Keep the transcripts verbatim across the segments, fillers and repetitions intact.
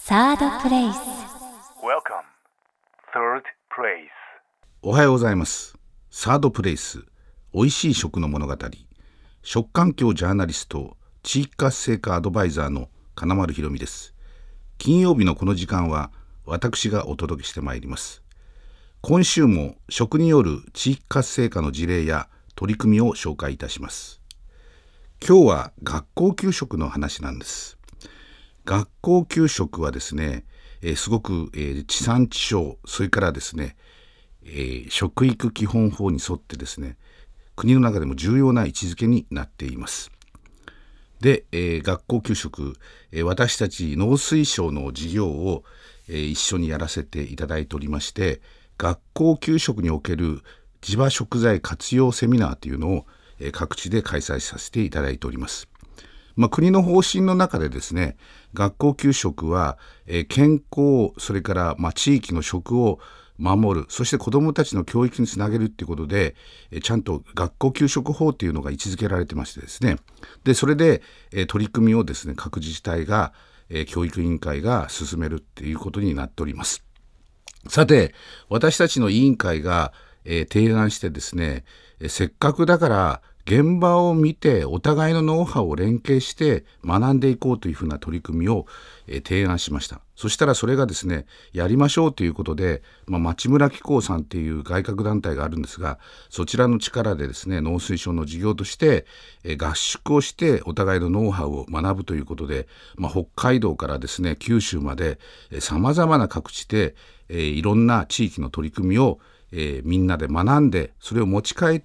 サードプレイス。 Welcome, third place. おはようございます。サードプレイス、おいしい食の物語、食環境ジャーナリスト、地域活性化アドバイザーの金丸ひろみです。金曜日のこの時間は私がお届けしてまいります。今週も食による地域活性化の事例や取り組みを紹介いたします。今日は学校給食の話なんです。学校給食はですね、えー、すごく、えー、地産地消、それからですね、えー、食育基本法に沿ってですね、国の中でも重要な位置づけになっています。で、えー、学校給食、えー、私たち農水省の事業を、えー、一緒にやらせていただいておりまして、学校給食における地場食材活用セミナーというのを、えー、各地で開催させていただいております。まあ、国の方針の中でですね、学校給食は、えー、健康、それから、まあ、地域の食を守る、そして子どもたちの教育につなげるということで、えー、ちゃんと学校給食法というのが位置づけられてましてですね、でそれで、えー、取り組みをですね、各自治体が、えー、教育委員会が進めるっていうことになっております。さて、私たちの委員会が、えー、提案してですね、えー、せっかくだから現場を見てお互いのノウハウを連携して学んでいこうというふうな取り組みを、えー、提案しました。そしたらそれがですね、やりましょうということで、まあ、町村機構さんっていう外郭団体があるんですが、そちらの力でですね、農水省の事業として、えー、合宿をしてお互いのノウハウを学ぶということで、まあ、北海道からですね、九州までさまざまな各地で、えー、いろんな地域の取り組みをえー、みんなで学んで、それを持ち帰って、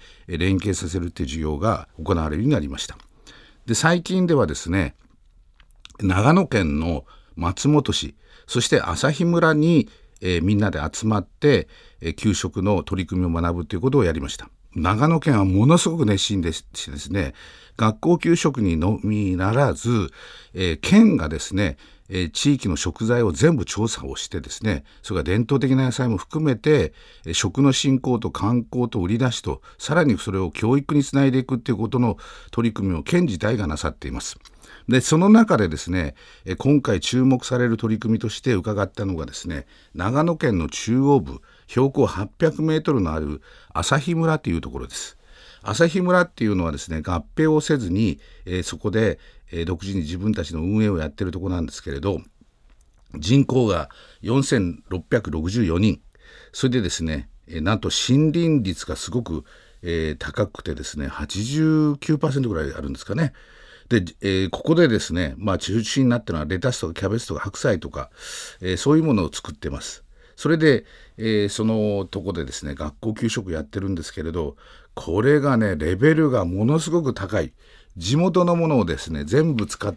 えー、連携させるという授業が行われるようになりました。で、最近ではですね、長野県の松本市、そして朝日村に、えー、みんなで集まって、えー、給食の取り組みを学ぶということをやりました。長野県はものすごく熱心でしてですね、学校給食にのみならず、えー、県がですね、えー、地域の食材を全部調査をしてですね、それから伝統的な野菜も含めて、えー、食の振興と観光と売り出しと、さらにそれを教育につないでいくということの取り組みを県自体がなさっています。で、その中でですね、えー、今回注目される取り組みとして伺ったのがですね、長野県の中央部、標高はっぴゃくメートルのある朝日村というところです。朝日村っていうのはですね、合併をせずに、えー、そこで、えー、独自に自分たちの運営をやっているところなんですけれど、人口がよんせんろっぴゃくろくじゅうよにん、それでですね、えー、なんと森林率がすごく、えー、高くてですね、はちじゅうきゅうパーセント ぐらいあるんですかね。で、えー、ここでですね、まあ中心になっているのはレタスとかキャベツとか白菜とか、えー、そういうものを作ってます。それで、えー、そのとこでですね、学校給食やってるんですけれど、これがね、レベルがものすごく高い。地元のものをですね、全部使って、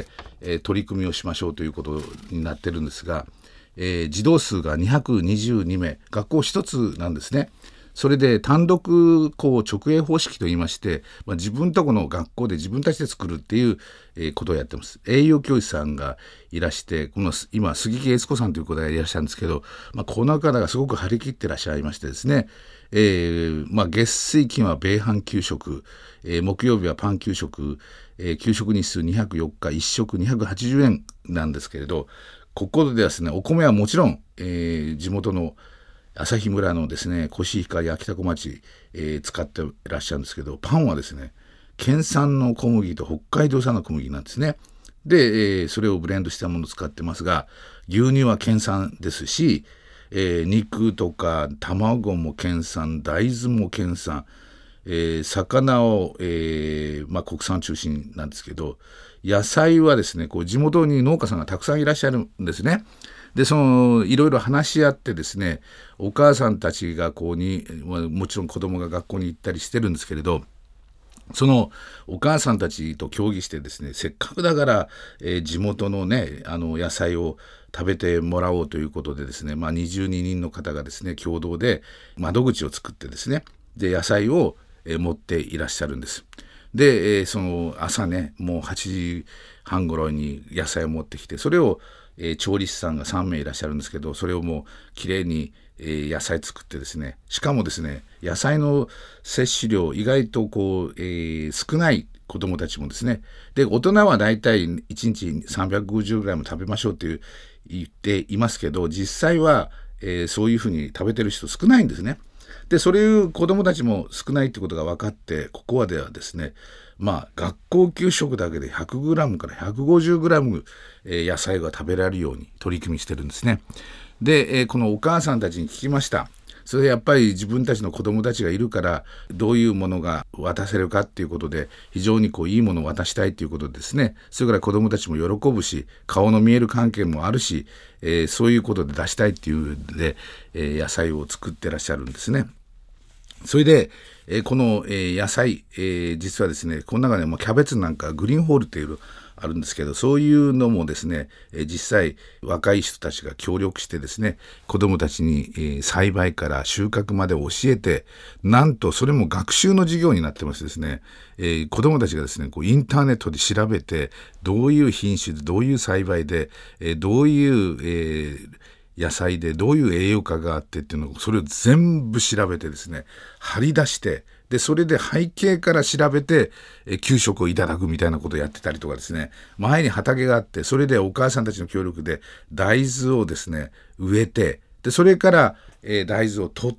えー、取り組みをしましょうということになってるんですが、えー、児童数がにひゃくにじゅうにめい、学校一つなんですね。それで単独こう直営方式といいまして、まあ、自分とこの学校で自分たちで作るっていう、えー、ことをやってます。栄養教師さんがいらして、この今杉木悦子さんという方がいらっしゃるんですけど、まあ、この方がすごく張り切ってらっしゃいましてですね、えーまあ、月水金は米飯給食、えー、木曜日はパン給食、えー、給食日数にひゃくよっか、いち食にひゃくはちじゅうえんなんですけれど、ここでですね、お米はもちろん、えー、地元の朝日村のですね、コシヒカリ秋田小町、えー、使っていらっしゃるんですけど、パンはですね、県産の小麦と北海道産の小麦なんですね。で、えー、それをブレンドしたものを使ってますが、牛乳は県産ですし、えー、肉とか卵も県産、大豆も県産、えー、魚を、えーまあ、国産中心なんですけど、野菜はですね、こう地元に農家さんがたくさんいらっしゃるんですね。で、そのいろいろ話し合ってですね、お母さんたちがこうに、まあ、もちろん子供が学校に行ったりしてるんですけれど、そのお母さんたちと協議してですね、せっかくだから、えー、地元のね、あの野菜を食べてもらおうということでですね、まあ、にじゅうににんの方がですね、共同で窓口を作ってですね、で野菜を、えー、持っていらっしゃるんです。で、えー、その朝ね、もうはちじはん頃に野菜を持ってきて、それを、えー、調理師さんがさんめいいらっしゃるんですけど、それをもうきれいに、えー、野菜作ってですね、しかもですね、野菜の摂取量意外とこう、えー、少ない子どもたちもですね。で大人はだいたいいちにちさんびゃくごじゅうグラム食べましょうっていう言っていますけど、実際は、えー、そういうふうに食べてる人少ないんですね。でそういう子どもたちも少ないってことが分かって、ここはではですね、まあ学校給食だけで ひゃくグラム から ひゃくごじゅうグラム、えー、野菜が食べられるように取り組みしてるんですね。で、えー、このお母さんたちに聞きました。それでやっぱり自分たちの子供たちがいるからどういうものが渡せるかっていうことで、非常にこういいものを渡したいということですね。それから子供たちも喜ぶし、顔の見える関係もあるし、えー、そういうことで出したいっていうので、えー、野菜を作ってらっしゃるんですね。それで、えー、この、えー、野菜、えー、実はですね、この中でもキャベツなんかグリーンホールっていうあるんですけど、そういうのもですね、えー、実際若い人たちが協力してですね、子どもたちに、えー、栽培から収穫まで教えて、なんとそれも学習の授業になってましてですね、えー、子どもたちがですね、こうインターネットで調べて、どういう品種でどういう栽培で、えー、どういう、えー野菜でどういう栄養価があってっていうのを、それを全部調べてですね、貼り出して、でそれで背景から調べてえ給食をいただくみたいなことをやってたりとかですね、前に畑があって、それでお母さんたちの協力で大豆をですね植えて、でそれから、えー、大豆を取って、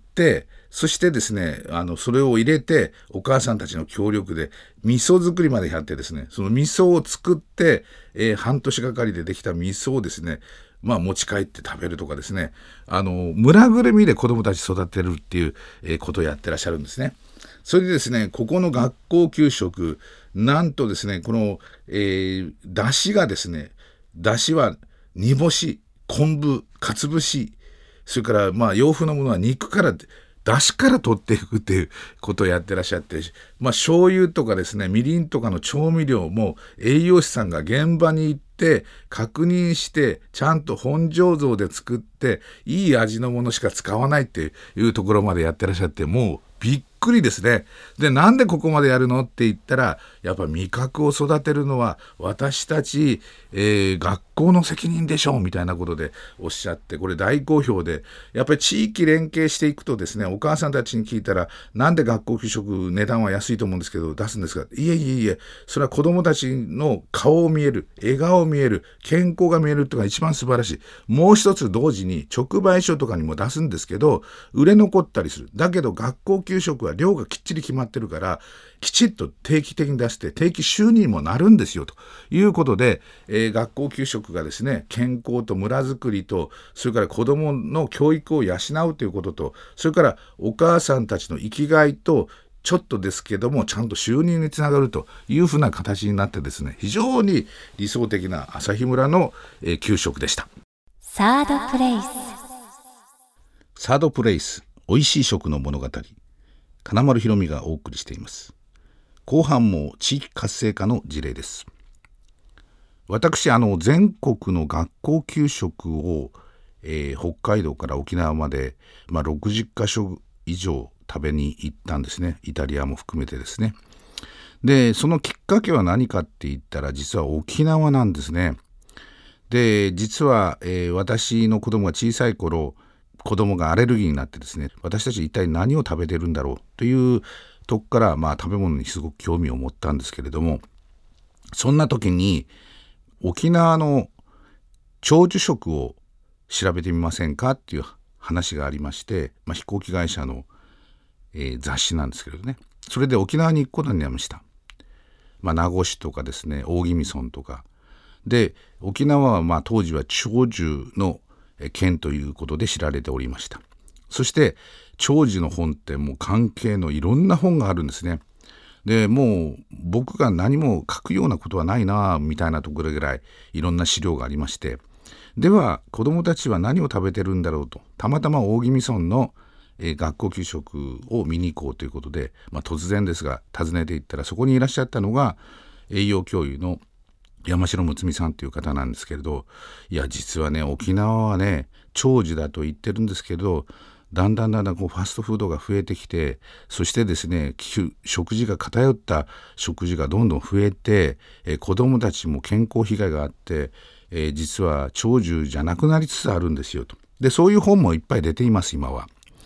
そしてですね、あのそれを入れてお母さんたちの協力で味噌作りまでやってですね、その味噌を作って、えー、半年がかりでできた味噌をですね、まあ、持ち帰って食べるとかですね、あの村ぐるみで子どもたち育てるっていう、えー、ことをやってらっしゃるんですね。それでですね、ここの学校給食、なんとですね、この、えー、だしがですね、だしは煮干し、昆布、かつぶし、それからまあ洋風のものは肉からだしから取っていくっていうことをやってらっしゃって、まあ醤油とかですね、みりんとかの調味料も栄養士さんが現場に行って確認して、ちゃんと本醸造で作っていい味のものしか使わないっていうところまでやってらっしゃって、もうびっくりですね。で、なんでここまでやるのって言ったら、やっぱ味覚を育てるのは私たち、えー、学校の責任でしょうみたいなことでおっしゃって、これ大好評で、やっぱり地域連携していくとですね、お母さんたちに聞いたら、なんで学校給食値段は安いと思うんですけど出すんですか、いえいえいえ、それは子どもたちの顔を見える、笑顔を見える、健康が見えるっていうのが一番素晴らしい。もう一つ同時に直売所とかにも出すんですけど、売れ残ったりする。だけど学校給食は量がきっちり決まってるから、きちっと定期的に出して定期収入にもなるんですよということで、えー、学校給食がですね、健康と村づくりと、それから子どもの教育を養うということと、それからお母さんたちの生きがいと、ちょっとですけどもちゃんと収入につながるというふうな形になってですね、非常に理想的な朝日村の、えー、給食でした。 サードプレイス。 サードプレイス、おいしい食の物語、金丸ひろみがお送りしています。後半も地域活性化の事例です。私、あの全国の学校給食を、えー、北海道から沖縄まで、まあ、ろくじゅっかしょ以上食べに行ったんですね。イタリアも含めてですね。で、そのきっかけは何かって言ったら、実は沖縄なんですね。で、実は、えー、私の子供が小さい頃、子供がアレルギーになってですね、私たち一体何を食べてるんだろうというとこから、まあ、食べ物にすごく興味を持ったんですけれども、そんな時に沖縄の長寿食を調べてみませんかっていう話がありまして、まあ、飛行機会社の、えー、雑誌なんですけどね、それで沖縄に行くことになりました。まあ、名護市とかですね、大宜味村とかで、沖縄はまあ当時は長寿の県ということで知られておりました。そして長寿の本ってもう関係のいろんな本があるんですね。で、もう僕が何も書くようなことはないなみたいなところぐらいいろんな資料がありまして、では子どもたちは何を食べてるんだろうと、たまたま大宜味村の、えー、学校給食を見に行こうということで、まあ、突然ですが訪ねていったら、そこにいらっしゃったのが栄養教諭の山城睦美さんという方なんですけれど、いや実はね、沖縄はね長寿だと言ってるんですけど、だんだんだんだんこうファストフードが増えてきて、そしてですね、食事が偏った食事がどんどん増えて、えー、子どもたちも健康被害があって、えー、実は長寿じゃなくなりつつあるんですよと。で、そういう本もいっぱい出ています今は。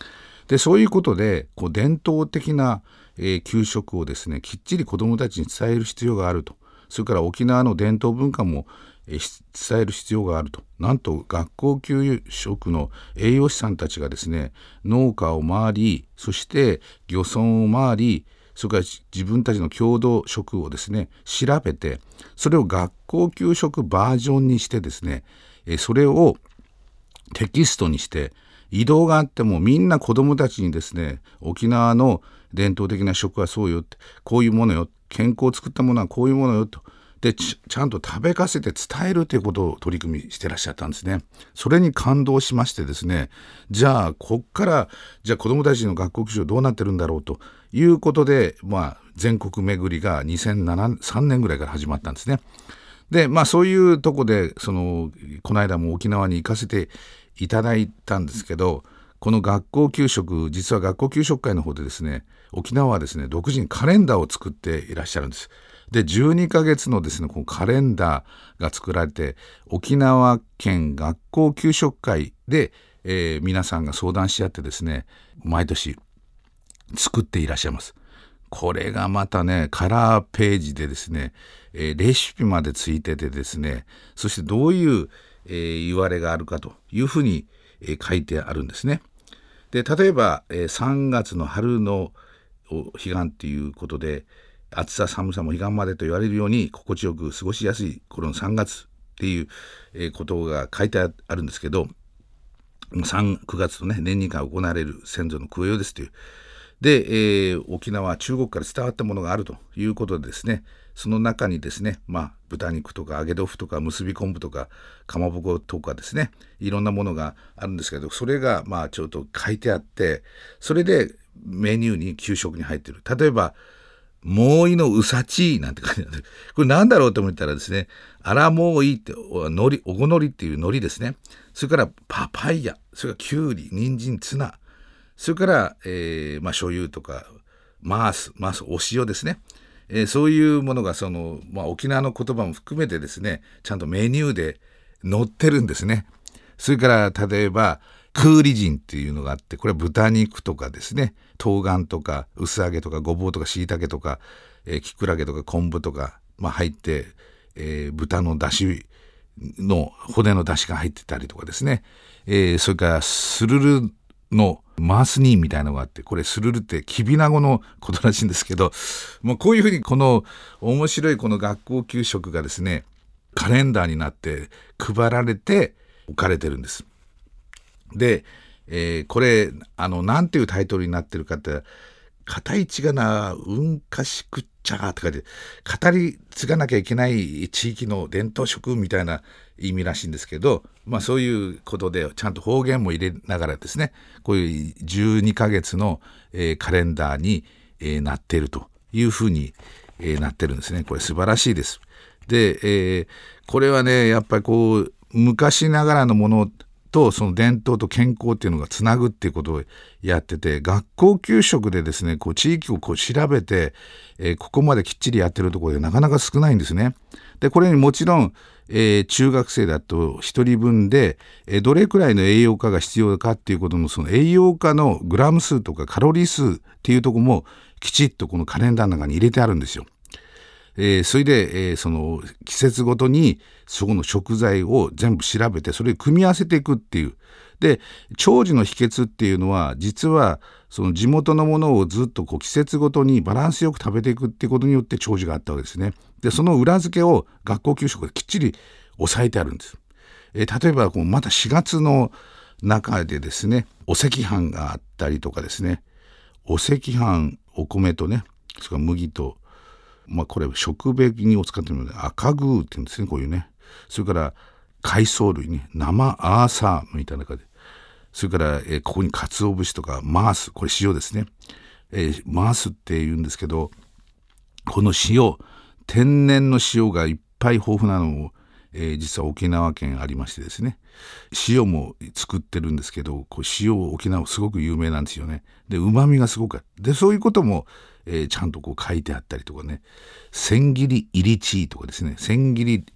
でそういうことでこう伝統的な、えー、給食をですねきっちり子どもたちに伝える必要があると。それから沖縄の伝統文化も、えー、伝える必要があると。なんと学校給食の栄養士さんたちがですね農家を回り、そして漁村を回り、それから自分たちの郷土食をですね調べて、それを学校給食バージョンにしてですね、えー、それをテキストにして移動があってもみんな子どもたちにですね沖縄の伝統的な食はそうよって、こういうものよ、健康を作ったものはこういうものよと、で ち, ちゃんと食べかせて伝えるということを取り組みしてらっしゃったんですね。それに感動しましてですね、じゃあこっからじゃあ子どもたちの学校給食どうなってるんだろうということで、まあ、全国巡りがにせんさんねんぐらいから始まったんですね。でまあそういうとこでそのこの間も沖縄に行かせていただいたんですけど、この学校給食、実は学校給食会の方でですね沖縄はですね独自にカレンダーを作っていらっしゃるんです。でじゅうにかげつのですねこのカレンダーが作られて、沖縄県学校給食会で、えー、皆さんが相談し合ってですね毎年作っていらっしゃいます。これがまたねカラーページでですね、えー、レシピまでついててですね、そしてどういう、えー、言われがあるかというふうに、えー、書いてあるんですね。で例えば、えー、さんがつの春の彼岸ということで、暑さ寒さも彼岸までと言われるように心地よく過ごしやすい頃のさんがつっていう、えー、ことが書いてあるんですけど、さん、くがつとね年にかい行われる先祖の供養ですというで、えー、沖縄は中国から伝わったものがあるということでですね、その中にですね、まあ、豚肉とか揚げ豆腐とか結び昆布とかかまぼことかですね、いろんなものがあるんですけど、それがまあちょっと書いてあって、それでメニューに給食に入っている。例えばモーイのうさちなんて書いてある。これなんだろうと思ったらですね、アラモーイってのり、おごのりっていうのりですね。それからパパイヤ、それからきゅうり、人参、ツナ、それから、えーまあ、醤油とかマース、マース、お塩ですね、えー、そういうものがその、まあ、沖縄の言葉も含めてですねちゃんとメニューで載ってるんですね。それから例えばクーリジンっていうのがあって、これは豚肉とかですね、冬瓜とか薄揚げとかごぼうとかしいたけとか、えー、きくらげとか昆布とか、まあ、入って、えー、豚の出汁の骨の出汁が入ってたりとかですね、えー、それからスルルのマースニーみたいなのがあって、これスルルってきびなごのことらしいんですけど、もうこういうふうにこの面白いこの学校給食がですねカレンダーになって配られて置かれてるんです。で、えー、これあのなんていうタイトルになってるかって、片一がなうんかしくっちゃとかで語り継がなきゃいけない地域の伝統食みたいな意味らしいんですけど、まあそういうことでちゃんと方言も入れながらですね、こういうじゅうにかげつの、えー、カレンダーに、えー、なっているというふうに、えー、なってるんですね。これ素晴らしいです。で、えー、これはねやっぱりこう昔ながらのものとその伝統と健康っていうのがつなぐっていうことをやってて、学校給食でですねこう地域をこう調べて、えー、ここまできっちりやってるところでなかなか少ないんですね。でこれにもちろん、えー、中学生だとひとりぶんで、えー、どれくらいの栄養価が必要かっていうことのその栄養価のグラム数とかカロリー数っていうところもきちっとこのカレンダーの中に入れてあるんですよ。えー、それで、えー、その季節ごとにそこの食材を全部調べてそれを組み合わせていくっていう。で長寿の秘訣っていうのは実はその地元のものをずっとこう季節ごとにバランスよく食べていくっていうことによって長寿があったわけですね。でその裏付けを学校給食できっちり抑えてあるんです。えー、例えばこうまたしがつの中でですねお赤飯があったりとかですね、お赤飯お米とねそれから麦とまあ、これ食紅を使っているので赤グーって言うんですね、こういうね。それから海藻類ね、生アーサーみたいな感じで、それから、えー、ここに鰹節とかマース、これ塩ですね、えー、マースって言うんですけど、この塩天然の塩がいっぱい豊富なのを、えー、実は沖縄県ありましてですね、塩も作ってるんですけど、こう塩沖縄すごく有名なんですよね。で旨味がすごくある。でそういうこともえー、ちゃんとこう書いてあったりとかね、千切り入りチーとかですね、千切り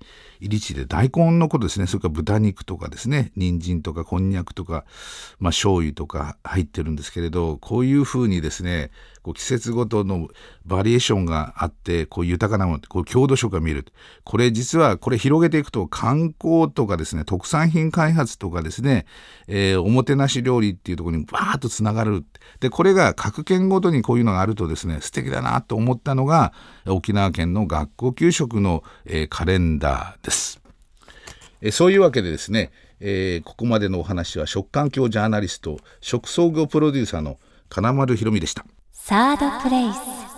入り地で大根のことですね、それから豚肉とかですね、人参とかこんにゃくとか、まあ、醤油とか入ってるんですけれど、こういうふうにですね、こう季節ごとのバリエーションがあって、こう豊かなもの、こう郷土色が見える。これ実はこれ広げていくと、観光とかですね、特産品開発とかですね、えー、おもてなし料理っていうところにバーッとつながる。でこれが各県ごとにこういうのがあるとですね、素敵だなと思ったのが沖縄県の学校給食の、えー、カレンダーです。えー、そういうわけでですね、えー、ここまでのお話は食環境ジャーナリスト、食総合プロデューサーの金丸ひろみでした。 サードプレイス。